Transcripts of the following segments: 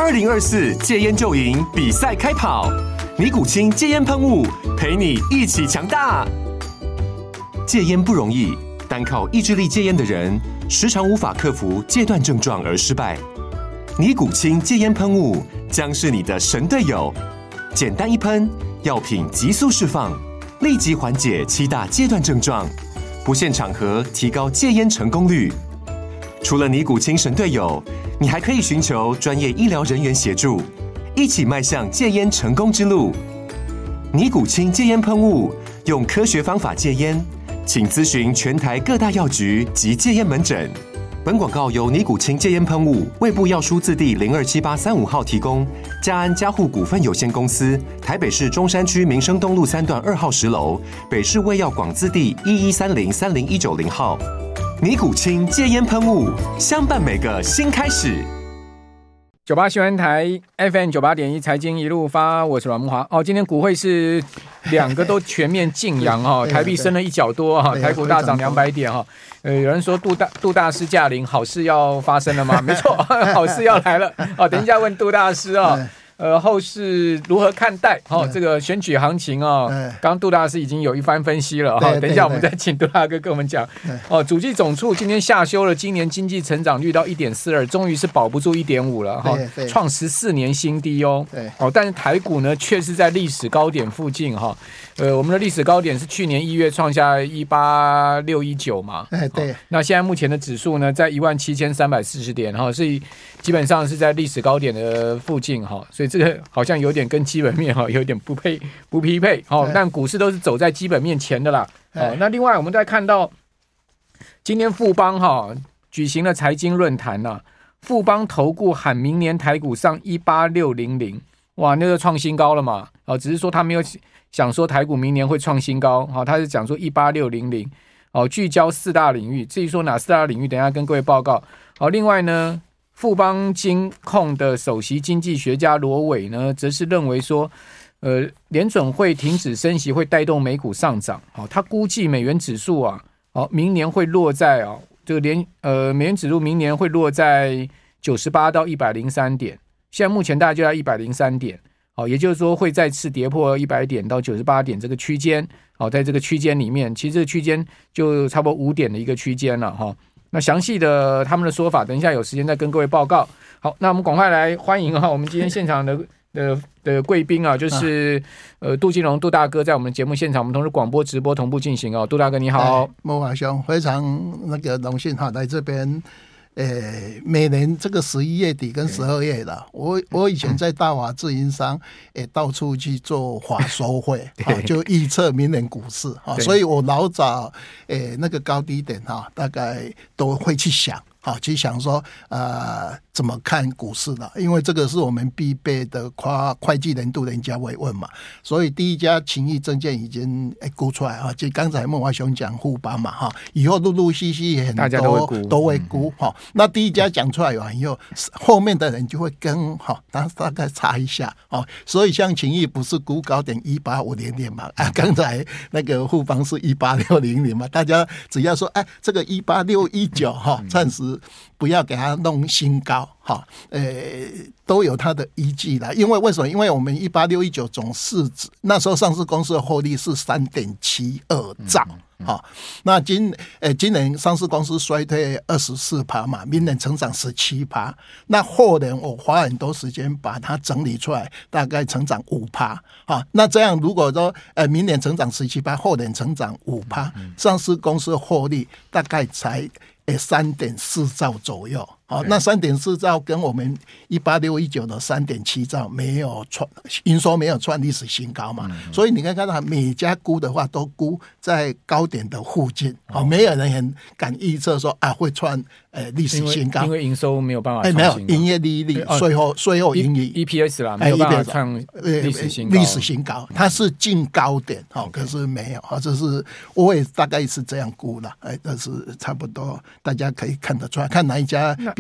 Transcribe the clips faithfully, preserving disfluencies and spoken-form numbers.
二零二四戒烟就赢比赛开跑，尼古清戒烟喷雾陪你一起强大。戒烟不容易，单靠意志力戒烟的人，时常无法克服戒断症状而失败。尼古清戒烟喷雾将是你的神队友，简单一喷，药品急速释放，立即缓解七大戒断症状，不限场合提高戒烟成功率。除了尼古清神队友，你还可以寻求专业医疗人员协助，一起迈向戒烟成功之路。尼古清戒烟喷雾，用科学方法戒烟，请咨询全台各大药局及戒烟门诊。本广告由尼古清戒烟喷雾、卫部药书字第零二七八三五号提供，嘉安嘉护股份有限公司，台北市中山区民生东路三段二号十楼，北市卫药广字第一一三零三零一九零号。尼古清戒烟喷雾，相伴每个新开始。 九八新闻台 F M 九八点一财经一路发，我是阮慕骅。哦，今天股汇是两个都全面劲扬哈，台币升了一角多哈，台股大涨两百点哈。呃，有人说杜大杜大师驾临，好事要发生了吗？没错，好事要来了。哦，等一下问杜大师啊。呃，后市如何看待？哦，这个选举行情哦，刚刚杜大师已经有一番分析了哈、哦。等一下我们再请杜大哥跟我们讲。哦，主计总处今天下修了今年经济成长率到 一点四二， 终于是保不住 一点五 了哈、哦，创十四年新低哦。哦，但是台股呢，却是在历史高点附近哈、哦。呃，我们的历史高点是去年一月创下一八六一九嘛。哎，对、哦。那现在目前的指数呢，在一万七千三百四十点哈、哦，所以基本上是在历史高点的附近哈、哦，所以这个好像有点跟基本面哈有点不配不匹配哦。但股市都是走在基本面前的啦。哦，那另外我们再看到今天富邦哈举行了财经论坛呐、啊，富邦投顾喊明年台股上一八六零零，哇，那个创新高了嘛。哦，只是说他没有想说台股明年会创新高，好、哦，他是讲说一八六零零，哦，聚焦四大领域，至于说哪四大领域，等一下跟各位报告。好、哦，另外呢，富邦金控的首席经济学家罗伟呢，则是认为说，呃，联准会停止升息会带动美股上涨，好、哦，他估计美元指数啊，好、哦，明年会落在啊，这个联呃美元指数明年会落在九十八到一百零三点，现在目前大概就在一百零三点。好，也就是说会再次跌破一百点到九十八点这个区间。好，在这个区间里面，其实这个区间就差不多五点的一个区间了哈。那详细的他们的说法，等一下有时间再跟各位报告。好，那我们赶快来欢迎哈，我们今天现场的的的贵宾啊，就是呃杜金龙杜大哥在我们节目现场，我们同时广播直播同步进行哦。杜大哥你好， 慕骅兄，非常那个荣幸哈，来这边。呃，每年这个十一月底跟十二月的，我我以前在大华自营商，也到处去做法说会，啊、就预测明年股市啊，所以我老早呃那个高低点哈，大概都会去想。好，去想说，呃，怎么看股市的？因为这个是我们必备的跨会计年度人家会问嘛，所以第一家勤益证券已经诶估出来哈，就刚才慕骅兄讲富邦嘛哈，以后陆陆续续很多大家都会估， 都会估哈、嗯。那第一家讲出来完以后，后面的人就会跟哈，大大概查一下哦。所以像勤益不是估高点一八五零零嘛，啊，刚才那个富邦是一八六零零嘛，大家只要说哎，这个一八六一九哈，暂时。不要给它弄新高哈，呃，都有它的依据啦。因为为什么？因为我们一八六一九总市值那时候上市公司的获利是三点七二兆。好、哦，那今呃今年上市公司衰退二十四趴嘛，明年成长十七趴。那后年我花很多时间把它整理出来，大概成长五趴。好，那这样如果说呃明年成长十七趴，后年成长五趴，上市公司获利大概才诶三点四兆左右。好，那三点四兆跟我们一八六一九的三点七兆没有创营收没有创历史新高嘛、嗯，所以你看看到每家估的话都估在高点的附近，哦，没有人很敢预测说啊会创呃历史新高， 因为营收没有办法创新高，哎，没有营业利率、税后税后盈余 E P S 啦，没有办法创历史新高， 历史新高，它是近高点，哦，可是没有，哦，这是我也大概是这样估了，哎，但是差不多大家可以看得出来，看哪一家比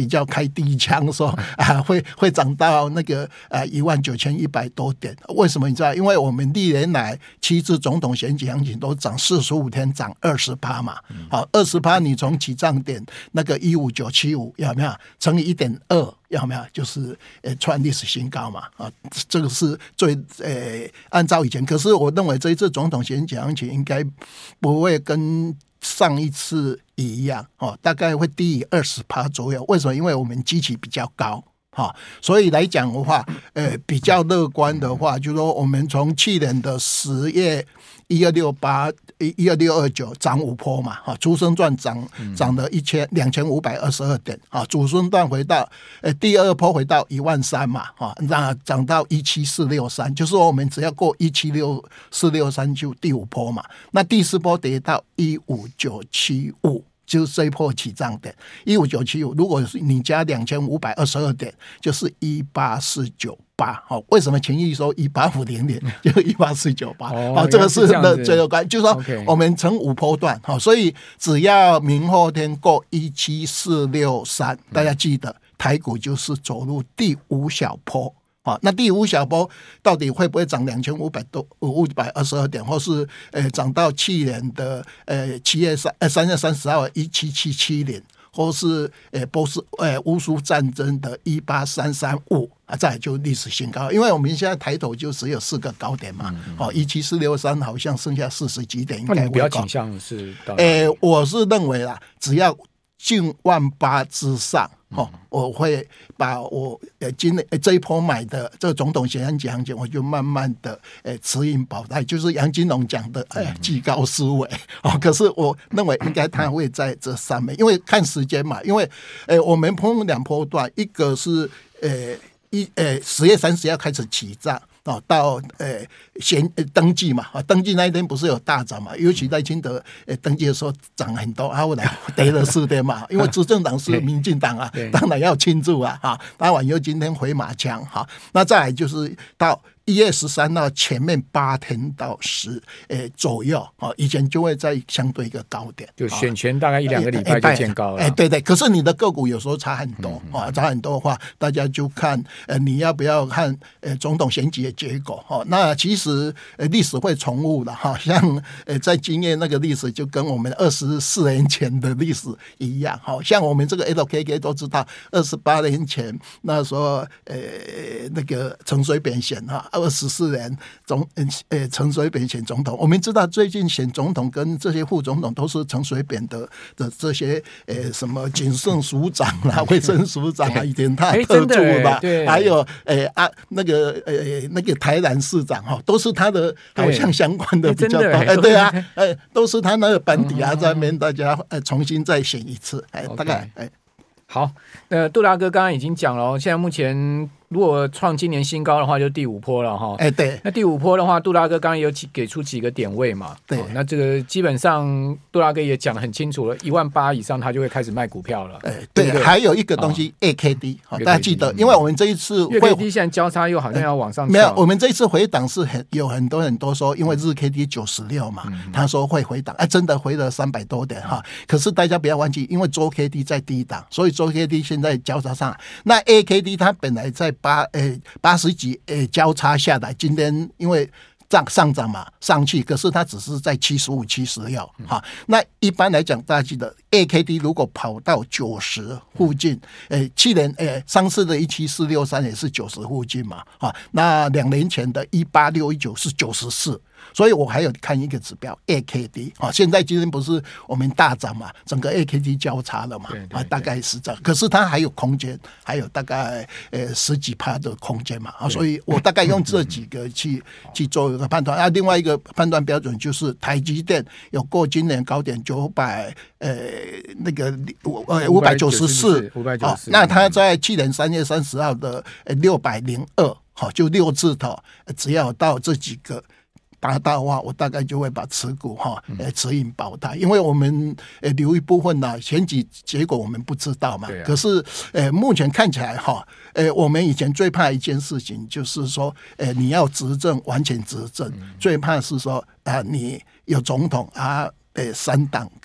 比较开第一枪说啊，会会涨到那个呃一万九千一百多点。为什么你知道？因为我们历年来七次总统选举行情都涨四十五天涨二十趴嘛。好，二十趴你从起涨点那个一五九七五有没有乘以一点二？有没有就是呃创历史新高嘛？啊，这个是最呃按照以前，可是我认为这一次总统选举行情应该不会跟上一次一样哦，大概会低于二十趴左右。为什么？因为我们基期比较高。好，所以来讲的话，呃，比较乐观的话，就是说我们从去年的十月一二六八一二六二九涨五波嘛，哈，主升段涨涨了一千两千五百二十二点，啊，主升段回到呃第二波回到一万三嘛，哈，那涨到一七四六三，就是说我们只要过一七六四六三就第五波嘛，那第四波跌到一五九七五。就是这一波起涨点一五九七五，如果你加两千五百二十二点，就是一八四九八。为什么秦毅说一八五零点就一八四九八？这个是最有关，就是说我们成五波段，所以只要明后天过一七四六三，大家记得台股就是走入第五小波。好，那第五小波到底会不会涨两千五百多五百二十二点，或是呃涨到去年的呃七月三呃三月三十号一七七七零，或是呃波斯呃乌苏战争的一八三三五啊，再来就历史新高。因为我们现在抬头就只有四个高点嘛，哦一七四六三好像剩下四十几点，应该会高。 比较倾向是到呃，我是认为啦，只要近万八之上。哦，我会把我呃今年这一波买的这个总统选举行情，我就慢慢的呃持盈保泰，就是杨金龙讲的哎技高思维哦。可是我认为应该他会在这上面，因为看时间嘛，因为呃我们碰两波段，一个是呃一呃十月三十要开始起涨。哦，到呃先登记嘛，登记那一天不是有大涨嘛？尤其在清德呃登记的时候涨很多，后来跌了四天嘛。因为执政党是民进党啊，当然要庆祝啊，哈。当然又今天回马枪，哈。那再来就是到一月十三号前面八天到十诶左右，哦，以前就会在相对一个高点， 就选前大概一两个礼拜就见高了。哎， 对对。可是你的个股有时候差很多啊，差很多的话，大家就看呃你要不要看呃总统选举的结果哈。那其实呃历史会重复的哈，像呃在经验那个历史就跟我们二十四年前的历史一样，好像我们这个 L K K 都知道，二十八年前那时候呃那个陈水扁选哈。二十四年总呃陈水扁选总统，我们知道最近选总统跟这些副总统都是陈水扁的的这些呃什么警政署长啦、卫生署长啊，以前他特助啦，还有呃啊那个呃那个台南市长哈，都是他的好像相关的比较多，哎对啊，哎都是他那个班底啊，在那边大家呃重新再选一次，哎大概哎好，呃杜大哥刚刚已经讲了，现在目前。如果创今年新高的话，就第五波了哈。 哎，对。 那第五波的话，杜大哥刚刚有给出几个点位嘛？ 对。 哦、那这个基本上杜大哥也讲得很清楚了，一万八以上他就会开始卖股票了。 哎，对。对对还有一个东西、哦、A K D， 好，大家记得，因为我们这一次月 K D 现在交叉又好像要往上、 呃。没有，我们这一次回档是很有很多人都说，因为日 K D 九十六嘛、嗯，他说会回档，哎、啊，真的回了三百多点哈。可是大家不要忘记，因为周 K D 在低档，所以周 K D 现在交叉上，那 A K D 它本来在八呃。八十几诶交叉下来，今天因为涨上涨嘛上去，可是它只是在七十五、七十六哈。那一般来讲，大家记得 A K D 如果跑到九十附近，诶，去年诶上次的一七四六三也是九十附近嘛，哈。那两年前的一八六一九是九十四。所以我还有看一个指标 A K D 啊，现在今天不是我们大涨嘛，整个 A K D 交叉了嘛，对对对啊，大概是这样。可是它还有空间，还有大概呃十几趴的空间嘛啊，所以我大概用这几个去去做一个判断啊。另外一个判断标准就是台积电有过今年高点九百呃那个呃五百九十四，五百九十四，那它在去年三月三十号的六百零二，好，就六字头，只要到这几个。达到的话，我大概就会把持股哈，呃，持盈保泰，因为我们呃留一部分呢、啊，选举结果我们不知道嘛。啊、可是呃，目前看起来哈，呃，我们以前最怕一件事情就是说，呃，你要执政完全执政，嗯、最怕是说啊、呃，你有总统啊，呃，三党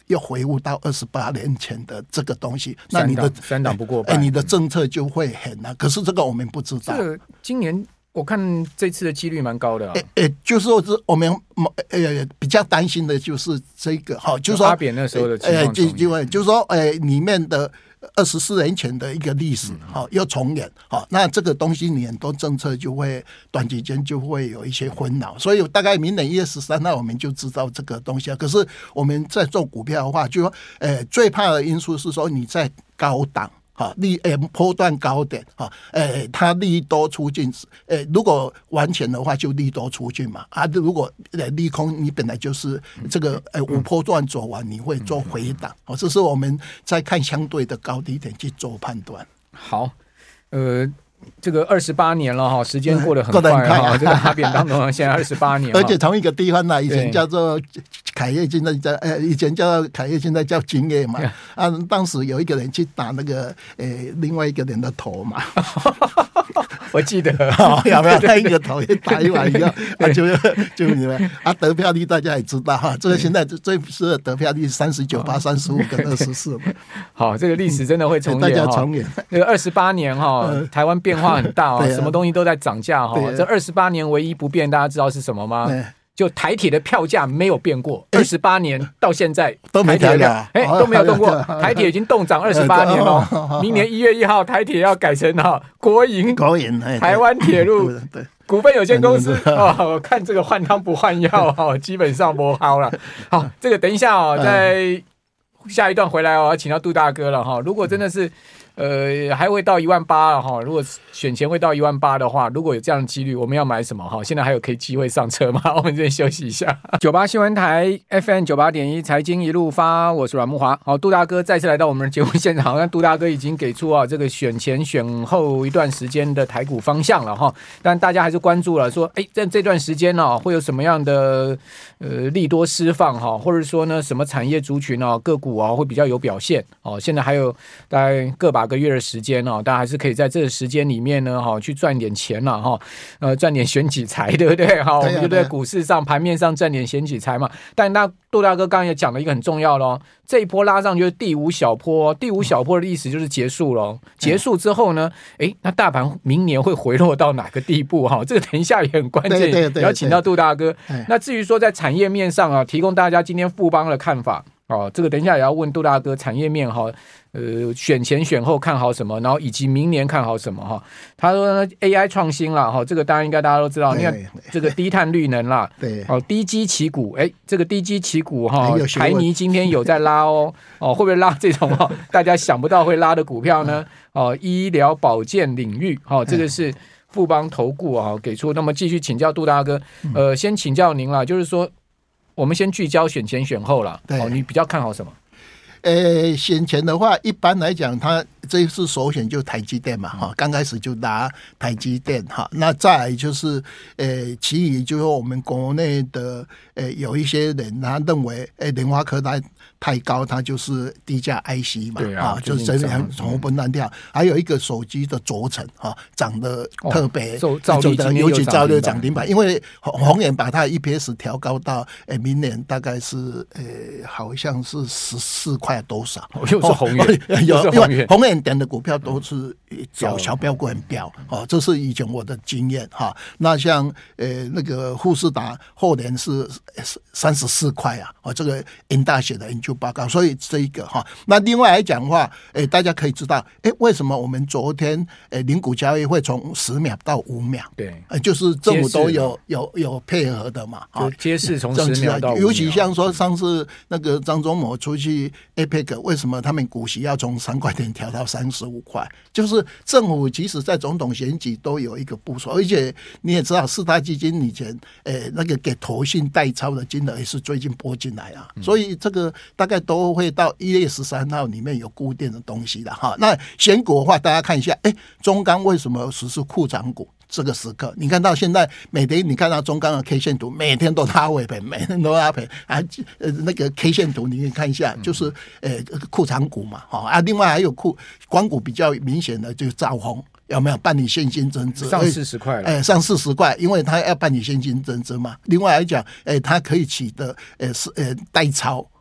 又回复到二十八年前的这个东西，那你的三档不过半， 哎，你的政策就会很难。可是这个我们不知道。 这个今年我看这次的几率蛮高的、啊。 哎哎，就是说我们呃比较担心的就是这个哈，就是说阿扁那时候的情况， 就就就是说，哎，里面的。二十四年前的一个历史，好、嗯、又重演，好，那这个东西你很多政策就会短期间就会有一些混淆，所以大概明年一月十三号我们就知道这个东西了。可是我们在做股票的话，就说，呃，最怕的因素是说你在高档。好，利诶波段高点，哈，诶，它利多出尽，诶，如果完全的话就利多出尽嘛，啊，如果呃利空，你本来就是这个诶五波段走完，你会做回档，哦，这是我们在看相对的高低点去做判断。 好，呃。这个二十八年了哈，时间过得很快哈、啊。这个阿扁当中现在二十八年， 而且同一个地方呢，以前叫做凯业，现在叫呃，以前叫凯业，现在叫金业嘛。啊，当时有一个人去打那个呃另外一个人的头嘛。 我记得， 哦、有没有那一个头一打一完以后，啊就就你们啊得票率大家也知道哈，这个现在最适合得票率三十九趴、三十五跟二十四。 好，这个历史真的会重演，大家重演。 这个二十八年哈，台湾变化很大啊，什么东西都在涨价哈。这二十八年唯一不变，大家知道是什么吗？就台铁的票价没有变过，二十八年到现在都没调价， 哎都没有动过。台铁已经动涨二十八年了，明年一月一号台铁要改成哈国营国营台湾铁路股份有限公司哦。我看这个换汤不换药哈，基本上不好了。好，这个等一下哦，在下一段回来哦，要请到杜大哥了哈。如果真的是。呃，还会到一万八了哈。如果选前会到一万八的话，如果有这样的几率，我们要买什么哈？现在还有可以机会上车吗？我们这边休息一下。九八新闻台 F M 九八点一财经一路发，我是阮慕骅。好，杜大哥再次来到我们的节目现场。那杜大哥已经给出啊这个选前选后一段时间的台股方向了哈。但大家还是关注了说，哎，在这段时间呢、啊，会有什么样的呃利多释放哈，或者说呢什么产业族群啊个股啊会比较有表现哦？现在还有大概个把个月的时间哦，大家还是可以在这个时间里面呢，哈，去赚点钱了哈，呃，赚点选举财，对不对？哈，我们就在股市上、盘面上赚点选举财嘛。但那杜大哥刚刚也讲了一个很重要咯，这一波拉上就是第五小波，第五小波的意思就是结束咯。结束之后呢，哎，那大盘明年会回落到哪个地步？哈，这个等一下也很关键，要请到杜大哥。那至于说在产业面上啊，提供大家今天富邦的看法。哦，这个等一下也要问杜大哥产业面哈，呃，选前选后看好什么，然后以及明年看好什么哈。他说呢 A I 创新啦，哈，这个当然应该大家都知道。你看这个低碳绿能啦， 对， 哦，低基期股，哎，这个低基期股哈，台泥今天有在拉哦，哦，会不会拉这种哈大家想不到会拉的股票呢？哦，医疗保健领域，哦，这个是富邦投顾啊给出。那么继续请教杜大哥，呃，先请教您啦，就是说。我们先聚焦选前选后啦，哦，你比较看好什么？ 呃，选前的话，一般来讲，它这一次首选就台积电嘛，哈，刚开始就拿台积电哈，那再来就是，呃，其余就是我们国内的，呃，有一些人他认为，呃，联发科它太高，它就是低价 I C 嘛， 对啊， 啊就是真的从不难跳。还有一个手机的轴承哈，涨得特别， 哦、 尤其造就涨停板，因为宏远把它 E P S 调高到，呃，明年大概是，呃，好像是十四块多少？ 又是宏远， 有因为宏远点的股票都是小小标股很标，哦，这是以前我的经验哈。那像呃那个富士达后年是三十四块啊，哦，这个英大写的研究报告，所以这一个哈。那另外来讲的话，诶，大家可以知道，诶，为什么我们昨天诶零股交易会从十秒到五秒？ 对， 呃，就是政府都有有有配合的嘛， 啊，揭示从十秒到五秒。 尤其像说上次那个张忠谋出去 A P E C， 为什么他们股息要从三块钱调到三十五块？就是政府即使在总统选举都有一个部署，而且你也知道四大基金以前诶那个给投信代操的金额也是最近拨进来啊，嗯、所以这个大概都会到一月十三号里面有固定的东西的哈。那选股的话，大家看一下，哎，中钢为什么实施库藏股？这个时刻，你看到现在每天你看到中钢的 K 线图，每天都拉尾盘，每天都拉赔啊。呃，那个 K 线图你可以看一下，就是呃库藏股嘛，哈啊。另外还有库光股比较明显的就是兆丰。有没有办理现金增资？ 上四十块了， 哎，上四十块，因为他要办理现金增资嘛。另外来讲，哎，他可以取得呃是呃代操。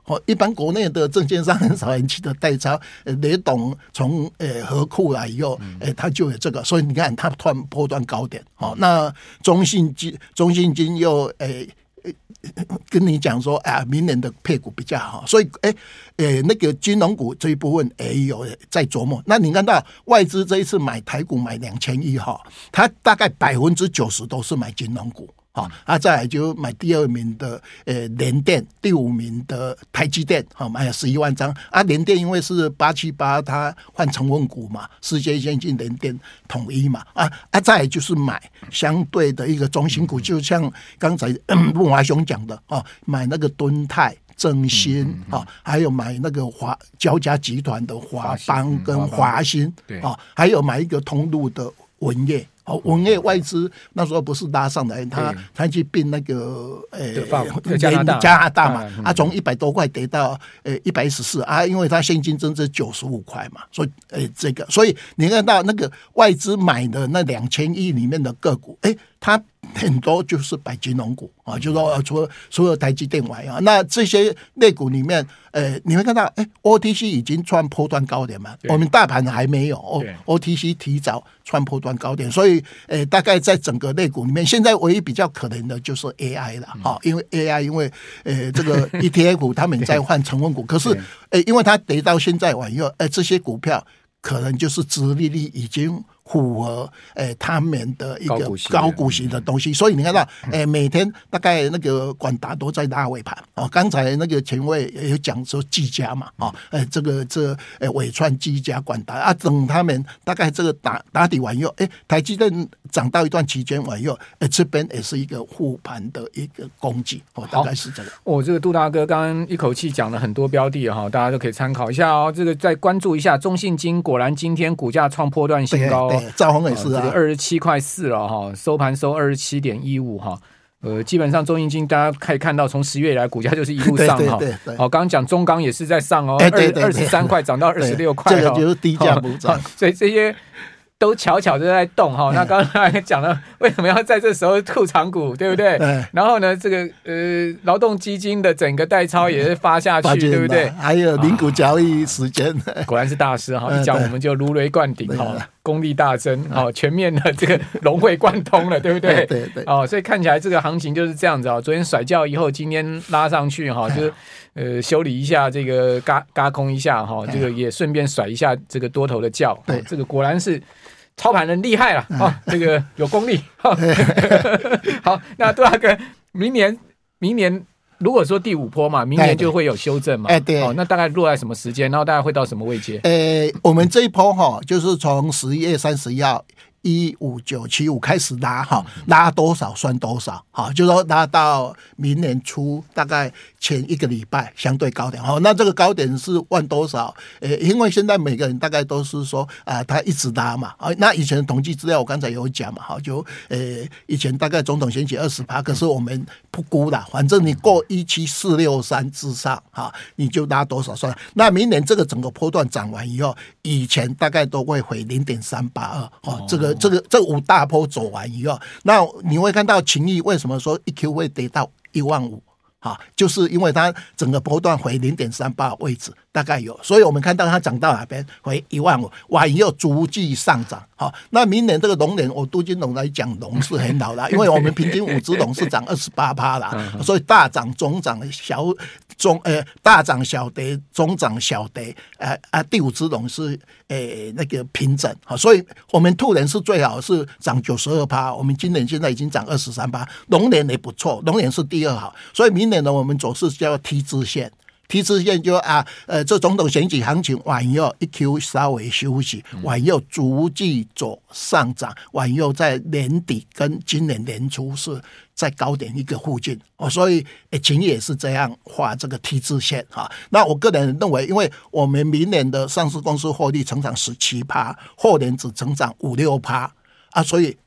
哦，一般国内的证券商很少人记得代操，呃，雷董从呃河库来以后，呃，他就有这个，所以你看他突然波段高点，哦，那中信金中信金又呃。跟你讲说啊，明年的配股比较好，所以哎，呃，那个金融股这一部分也有在琢磨。那你看到外资这一次买台股买两千亿哈，它大概百分之九十都是买金融股。好，啊，再来就买第二名的呃联电，第五名的台积电，好，买了十一万张。啊，联电因为是八七八，它换成分股嘛，世界先进联电统一嘛，啊啊，再来就是买相对的一个中型股，就像刚才孟华兄讲的哦，买那个敦泰。正新啊、嗯嗯哦，还有买那个华交加集团的华邦跟华新，对啊、哦，还有买一个通路的文业。哦，文业外资那时候不是拉上来，他他去并那个呃加拿大加拿大嘛，嗯、啊，从一百多块跌到呃一百一十四啊，因为他现金增值九十五块嘛，所以呃这个，所以你看到那个外资买的那两千亿里面的个股，哎，它很多就是买金融股啊，就是说除了除了台积电外啊，那这些类股里面，呃，你会看到，哎 ，O T C 已经创波段高点嘛，我们大盘还没有 ，O O T C 提早创波段高点，所以。呃，大概在整个类股里面，现在唯一比较可能的就是 A I 了，哈、嗯，因为 A I 因为呃这个 E T F 他们在换成分股，可是呃因为它跌到现在往后，呃这些股票可能就是殖利率已经符合诶、呃、他们的一个高股息的东西，所以你看到诶、呃、每天大概那个广达都在拉尾盘哦。刚才那个前卫也有讲说技嘉嘛，哦，诶、呃、这个这诶伟创、技嘉、广达啊，等他们大概这个打打底完以后，诶台积电涨到一段期间完以后，诶这边也是一个护盘的一个攻击哦，大概是这个。 我、哦、这个杜大哥刚刚一口气讲了很多标的哈，大家都可以参考一下哦。这个再关注一下中信金，果然今天股价创波段新高。 兆丰也是啊， 二十七块四了哈，收盘收二十七点一五哈。呃，基本上中信金大家可以看到，从十月以来股价就是一路上哈。好，刚刚讲中钢也是在上哦，二二十三块涨到二十六块， 这个就是低价补涨， 所以这些。都巧巧就在动哈，那刚才讲了为什么要在这时候吐长股，对不对？然后呢，这个呃劳动基金的整个代操也是发下去，对不对？ 还有零股交易时间， 啊、果然是大师哈！一讲我们就如雷贯顶哈，功力大增哈，全面的这个融会贯通了，对不对？ 对对哦，所以看起来这个行情就是这样子啊。昨天甩掉以后，今天拉上去哈，就是呃修理一下这个嘎嘎空一下哈，这个也顺便甩一下这个多头的轿，对，这个果然是。操盘人厉害了啊、哦！这个有功力。好，那杜大哥，明年明年如果说第五波嘛，明年就会有修正嘛？ 哎，对。 哦，那大概落在什么时间？然后大概会到什么位阶？ 呃，我们这一波哈，就是从十一月三十一号。一五九七五开始拉哈，拉多少算多少，好，就说拉到明年初大概前一个礼拜相对高点，好，那这个高点是万多少？呃，因为现在每个人大概都是说啊，他一直拉嘛，啊，那以前的统计资料我刚才有讲嘛，好，就呃以前大概总统选举二十趴，可是我们不估啦，反正你过一七四六三之上，哈，你就拉多少算。那明年这个整个波段涨完以后，以前大概都会回零点三八二，哦，这个。这个这五大波走完以后，那你会看到勤益为什么说一 Q 会跌到一万五？啊，就是因为它整个波段回零点三八位置大概有，所以我们看到它涨到哪边回一万五，完以后逐季上涨。好，那明年这个龙年，我杜金龙来讲，龙是很好啦，因为我们平均五只龙是涨二十八趴啦，所以大涨中涨小中呃大涨小跌，中涨小跌，呃啊第五只龙是呃那个平整，好，所以我们兔年是最好是涨九十二趴，我们今年现在已经涨二十三趴，龙年也不错，龙年是第二好，所以明年呢我们走势叫 T 字线。T 字线就啊，呃，这总统选举行情完以后，一 Q 稍微休息，完以后逐季走上涨，完以后在年底跟今年年初是在高点一个附近哦，所以诶，秦也是这样画这个 T 字线哈。那我个人认为，因为我们明年的上市公司获利成长十七趴，后年只成长五六趴啊，所以诶。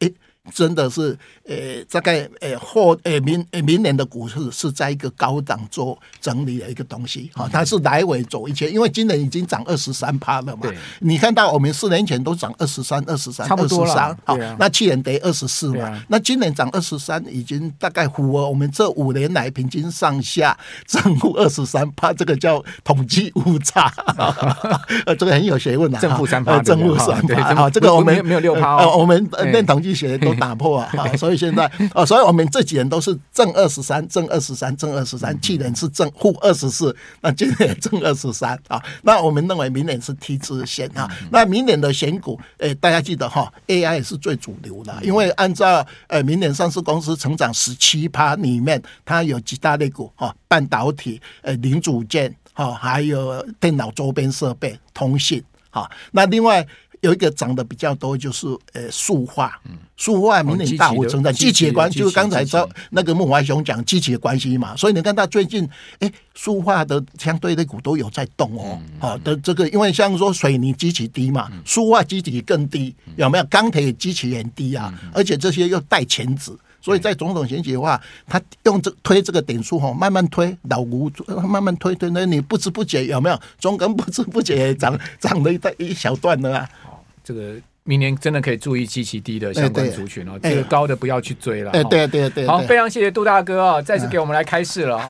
真的是呃，大概呃后呃明呃明年的股市是在一个高档做整理的一个东西哈、哦，它是来回走一圈，因为今年已经涨二十三趴了嘛。你看到我们四年前都涨二十三、二十三、 差不多了， 好、啊，那去年得二十四嘛、啊，那今年涨二十三，已经大概符合我们这五年来平均上下正负二十三趴，这个叫统计误差，呃，这个很有学问啊， 正负三趴， 正负三趴，好，这个我们没有六趴、 呃，我们练统计学都打破啊，所以现在哦，所以我们这几年都是正二十三，正二十三，正二十三，去年是正负二十四，那今年正二十三啊。那我们认为明年是 T 字线啊。那明年的选股，诶，大家记得哈 ，A I 是最主流的，因为按照呃明年上市公司成长十七趴里面，它有几大类股哈，半导体、呃零组件哈，还有电脑周边设备、通信哈。那另外有一个涨得比较多，就是呃塑化，塑化明年大幅成长，机器的关系，就是刚才说那个孟华雄讲机器的关系嘛，所以你看到最近哎塑化的相对的股都有在动哦，好、嗯、的这个，因为像说水泥基期低嘛，塑化基期更低，有没有？钢铁基期很低啊，而且这些又带前值。所以在总统选举的话，他用这推这个点数哈，慢慢推老股慢慢推推，那你不知不觉有没有？中钢不知不觉也涨涨了一一小段了啊。 这个明年真的可以注意基期低的相关族群哦，这个高的不要去追了。 对对对对， 好，非常谢谢杜大哥啊，再次给我们来开示了。